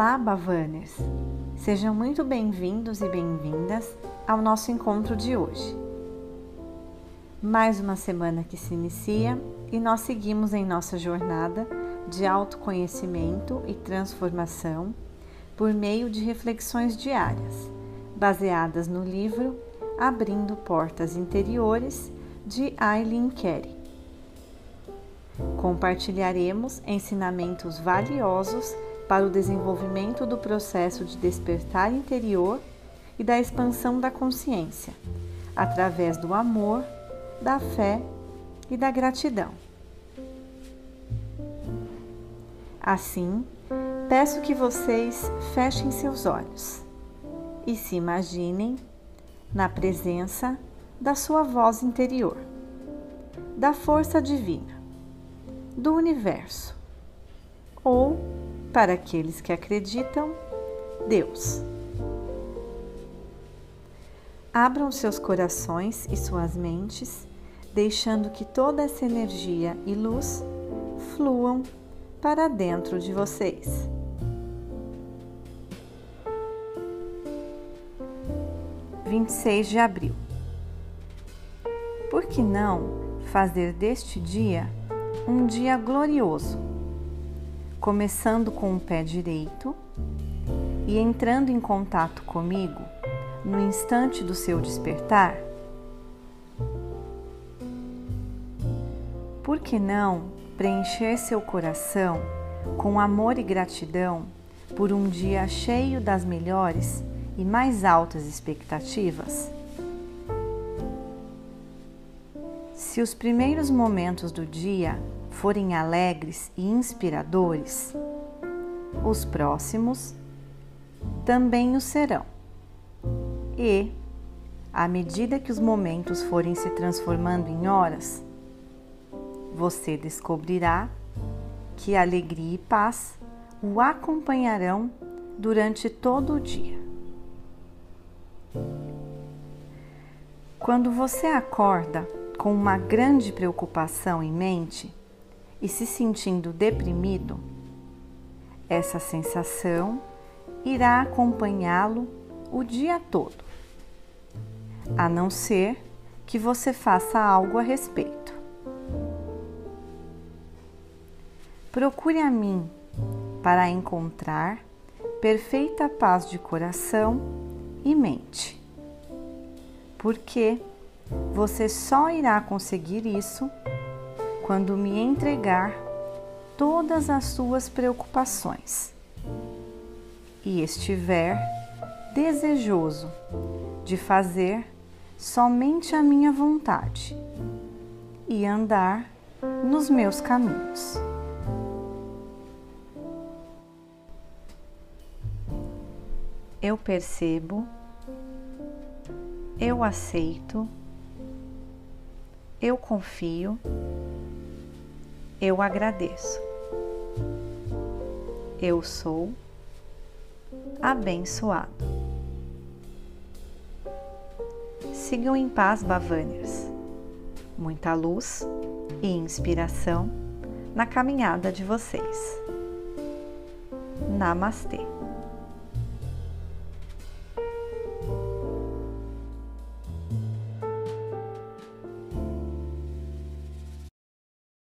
Olá, Bhavaners! Sejam muito bem-vindos e bem-vindas ao nosso encontro de hoje. Mais uma semana que se inicia e nós seguimos em nossa jornada de autoconhecimento e transformação por meio de reflexões diárias, baseadas no livro Abrindo Portas Interiores, de Eileen Carey. Compartilharemos ensinamentos valiosos para o desenvolvimento do processo de despertar interior e da expansão da consciência, através do amor, da fé e da gratidão. Assim, peço que vocês fechem seus olhos e se imaginem na presença da sua voz interior, da força divina, do universo, ou, para aqueles que acreditam, Deus. Abram seus corações e suas mentes, deixando que toda essa energia e luz fluam para dentro de vocês. – 26 de abril. Por que não fazer deste dia um dia glorioso, começando com o pé direito e entrando em contato comigo no instante do seu despertar? Por que não preencher seu coração com amor e gratidão por um dia cheio das melhores e mais altas expectativas? Se os primeiros momentos do dia forem alegres e inspiradores, os próximos também o serão. E, à medida que os momentos forem se transformando em horas, você descobrirá que alegria e paz o acompanharão durante todo o dia. Quando você acorda com uma grande preocupação em mente e se sentindo deprimido, essa sensação irá acompanhá-lo o dia todo, a não ser que você faça algo a respeito. Procure a mim para encontrar perfeita paz de coração e mente, porque você só irá conseguir isso quando me entregar todas as suas preocupações e estiver desejoso de fazer somente a minha vontade e andar nos meus caminhos. Eu percebo, eu aceito, eu confio, eu agradeço. Eu sou abençoado. Sigam em paz, Bhavaners. Muita luz e inspiração na caminhada de vocês. Namastê.